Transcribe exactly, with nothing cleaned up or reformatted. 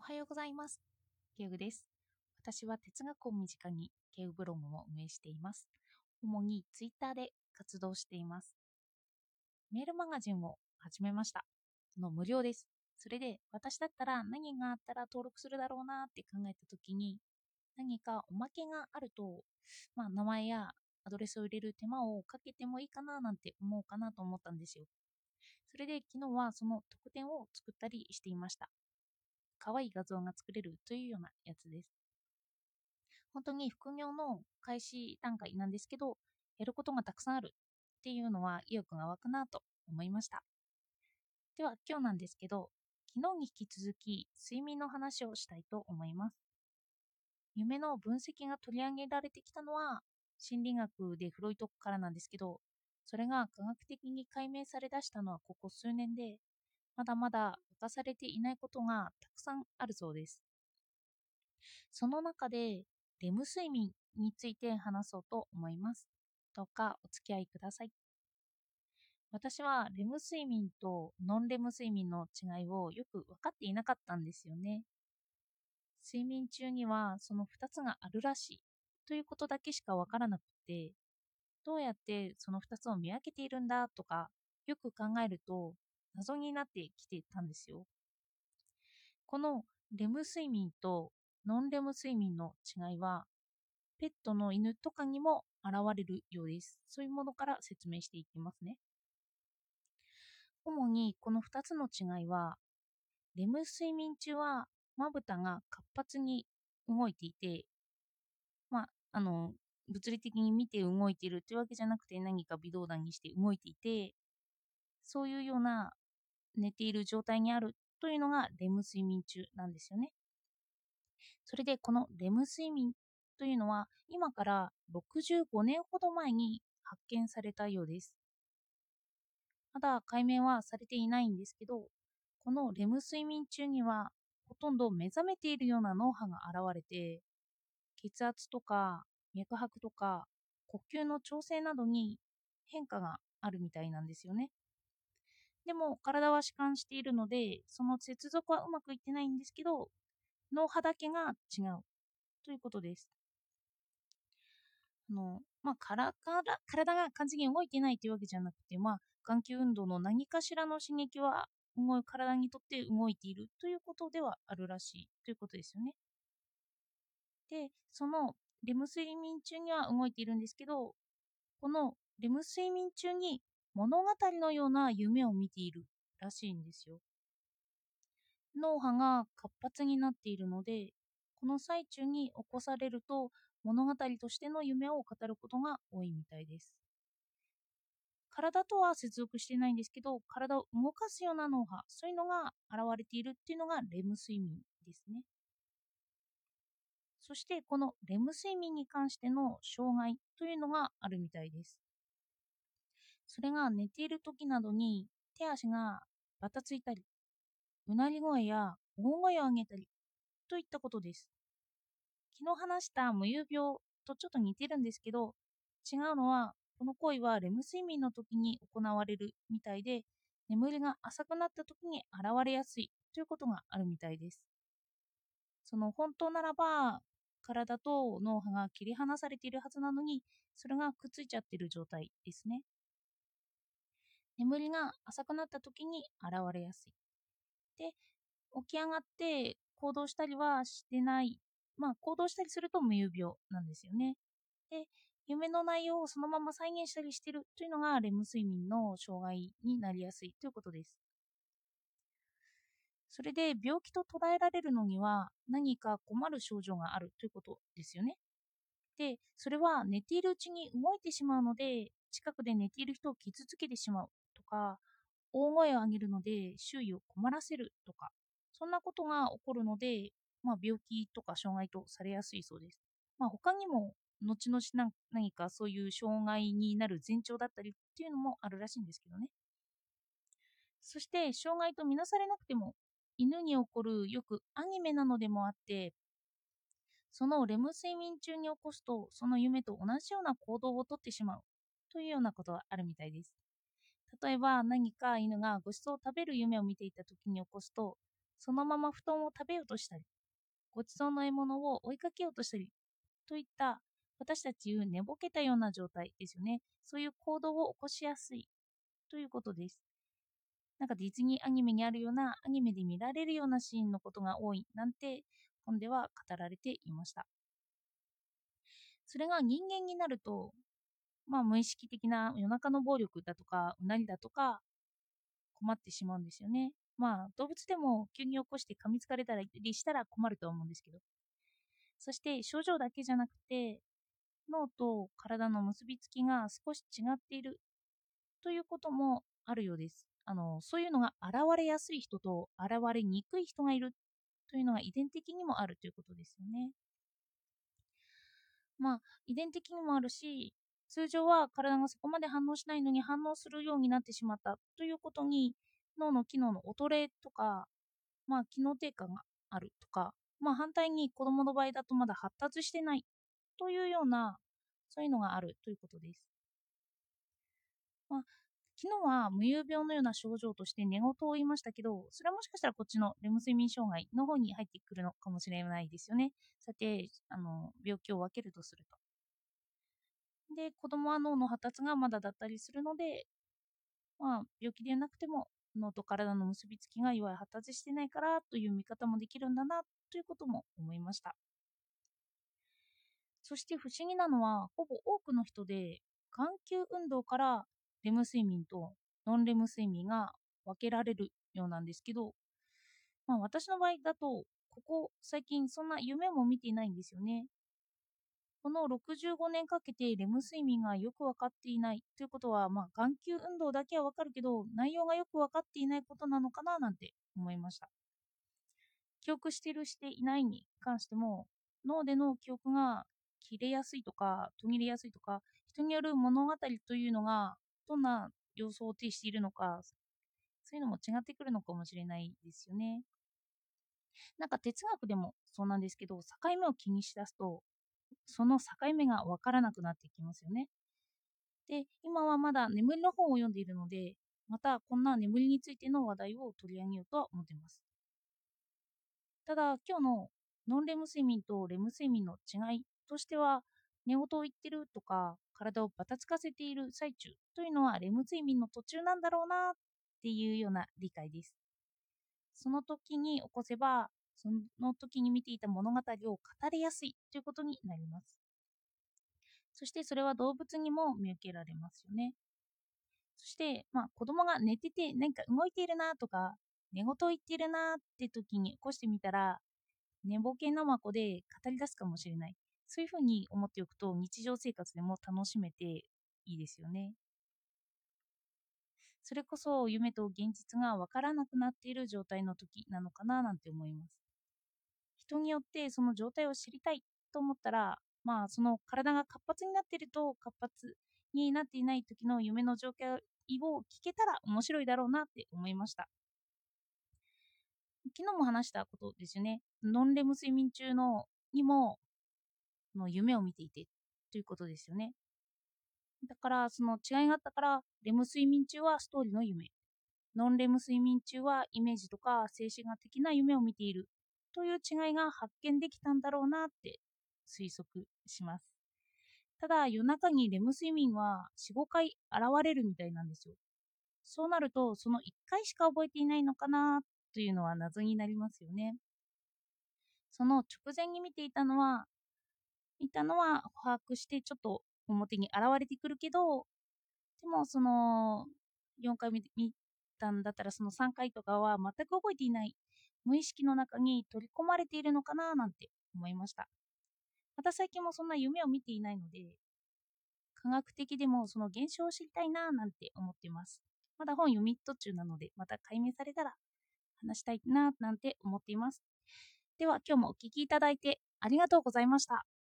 はようございます。ケウグです。私は哲学を身近にケウブログを運営しています。主にツイッターで活動しています。メールマガジンを始めました。その無料です。それで私だったら何があったら登録するだろうなって考えたときに、何かおまけがあると、まあ、名前やアドレスを入れる手間をかけてもいいかななんて思うかなと思ったんですよ。それで昨日はその特典を作ったりしていました。可愛い画像が作れるというようなやつです。本当に副業の開始段階なんですけど、やることがたくさんあるっていうのは意欲が湧くなと思いました。では今日なんですけど、昨日に引き続き睡眠の話をしたいと思います。夢の分析が取り上げられてきたのは心理学でフロイトからなんですけど、それが科学的に解明されだしたのはここ数年で、まだまだ明かされていないことがたくさんあるそうです。その中でレム睡眠について話そうと思います。どうかお付き合いください。私はレム睡眠とノンレム睡眠の違いをよく分かっていなかったんですよね。睡眠中にはそのふたつがあるらしいということだけしか分からなくて、どうやってそのふたつを見分けているんだとか、よく考えると謎になってきてたんですよ。このレム睡眠とノンレム睡眠の違いは、ペットの犬とかにも現れるようです。そういうものから説明していきますね。主にこのふたつの違いは、レム睡眠中はまぶたが活発に動いていて、まあ、あの、物理的に見て動いているというわけじゃなくて何か微動だにして動いていて、そういうような寝ている状態にあるというのがレム睡眠中なんですよね。それでこのレム睡眠というのは今からろくじゅうごねんほど前に発見されたようです。まだ解明はされていないんですけど、このレム睡眠中にはほとんど目覚めているような脳波が現れて、血圧とか脈拍とか呼吸の調整などに変化があるみたいなんですよね。でも体は弛緩しているので、その接続はうまくいってないんですけど、脳波だけが違うということです。あのまあ、体体が完全に動いていないというわけじゃなくて、まあ、眼球運動の何かしらの刺激は動い体にとって動いているということではあるらしいということですよね。で、そのレム睡眠中には動いているんですけど、このレム睡眠中に物語のような夢を見ているらしいんですよ。脳波が活発になっているので、この最中に起こされると物語としての夢を語ることが多いみたいです。体とは接続してないんですけど、体を動かすような脳波、そういうのが現れているっていうのがレム睡眠ですね。そしてこのレム睡眠に関しての障害というのがあるみたいです。それが寝ている時などに手足がバタついたり、うなり声や大声を上げたりといったことです。昨日話した無遊病とちょっと似てるんですけど、違うのはこの行為はレム睡眠の時に行われるみたいで、眠りが浅くなった時に現れやすいということがあるみたいです。その本当ならば体と脳波が切り離されているはずなのに、それがくっついちゃっている状態ですね。眠りが浅くなった時に現れやすい。で、起き上がって行動したりはしてない。まあ行動したりすると無遊病なんですよね。で、夢の内容をそのまま再現したりしているというのがレム睡眠の障害になりやすいということです。それで病気と捉えられるのには何か困る症状があるということですよね。で、それは寝ているうちに動いてしまうので、近くで寝ている人を傷つけてしまうとか、大声を上げるので周囲を困らせるとか、そんなことが起こるので、まあ、病気とか障害とされやすいそうです。まあ、他にも後々何何かそういう障害になる前兆だったりっていうのもあるらしいんですけどね。そして障害とみなされなくても、犬に起こるよくアニメなのでもあって、そのレム睡眠中に起こすと、その夢と同じような行動をとってしまうというようなことがあるみたいです。例えば何か犬がごちそうを食べる夢を見ていた時に起こすと、 そのまま布団を食べようとしたり、ごちそうの獲物を追いかけようとしたりといった私たちいう寝ぼけたような状態ですよね。そういう行動を起こしやすいということです。なんかディズニーアニメにあるようなアニメで見られるようなシーンのことが多いなんて本では語られていました。それが人間になると、まあ無意識的な夜中の暴力だとかうなりだとか困ってしまうんですよね。まあ動物でも急に起こして噛みつかれたりしたら困ると思うんですけど。そして症状だけじゃなくて脳と体の結びつきが少し違っているということもあるようです。あのそういうのが現れやすい人と現れにくい人がいるというのが遺伝的にもあるということですよね。まあ遺伝的にもあるし、通常は体がそこまで反応しないのに反応するようになってしまったということに脳の機能の衰えとか、まあ、機能低下があるとか、まあ、反対に子供の場合だとまだ発達してないというようなそういうのがあるということです。まあ、昨日は無遊病のような症状として寝言を言いましたけど、それはもしかしたらこっちのレム睡眠障害の方に入ってくるのかもしれないですよね。さて、あの病気を分けるとすると。で、子供は脳の発達がまだだったりするので、まあ、病気でなくても脳と体の結びつきがいわゆる発達してないからという見方もできるんだなということも思いました。そして不思議なのは、ほぼ多くの人で眼球運動からレム睡眠とノンレム睡眠が分けられるようなんですけど、まあ、私の場合だと、ここ最近そんな夢も見ていないんですよね。このろくじゅうごねんかけてレム睡眠がよく分かっていないということは、まあ、眼球運動だけは分かるけど、内容がよく分かっていないことなのかななんて思いました。記憶しているしていないに関しても、脳での記憶が切れやすいとか途切れやすいとか、人による物語というのがどんな様相を呈しているのか、そういうのも違ってくるのかもしれないですよね。なんか哲学でもそうなんですけど、境目を気にしだすと、その境目がわからなくなってきますよね。で、今はまだ眠りの本を読んでいるので、またこんな眠りについての話題を取り上げようとは思っています。ただ、今日のノンレム睡眠とレム睡眠の違いとしては、寝言を言ってるとか、体をバタつかせている最中というのはレム睡眠の途中なんだろうなっていうような理解です。その時に起こせば、その時に見ていた物語を語りやすいということになります。そしてそれは動物にも見受けられますよね。そして、まあ、子供が寝てて何か動いているなとか、寝言を言っているなって時に起こしてみたら、寝ぼけなまこで語り出すかもしれない。そういうふうに思っておくと、日常生活でも楽しめていいですよね。それこそ夢と現実がわからなくなっている状態の時なのかななんて思います。人によってその状態を知りたいと思ったら、まあその体が活発になっていると活発になっていない時の夢の状況を聞けたら面白いだろうなって思いました。昨日も話したことですよね。ノンレム睡眠中のにもの夢を見ていてということですよね。だからその違いがあったから、レム睡眠中はストーリーの夢、ノンレム睡眠中はイメージとか静止画的な夢を見ているという違いが発見できたんだろうなって推測します。ただ夜中にレム睡眠はよん、ごかい現れるみたいなんですよ。そうなるとそのいっかいしか覚えていないのかなというのは謎になりますよね。その直前に見ていたのはいたのは把握してちょっと表に現れてくるけど、でもそのよんかい見たんだったらそのさんかいとかは全く覚えていない、無意識の中に取り込まれているのかななんて思いました。また最近もそんな夢を見ていないので、科学的でもその現象を知りたいななんて思っています。まだ本読み途中なので、また解明されたら話したいななんて思っています。では今日もお聞きいただいてありがとうございました。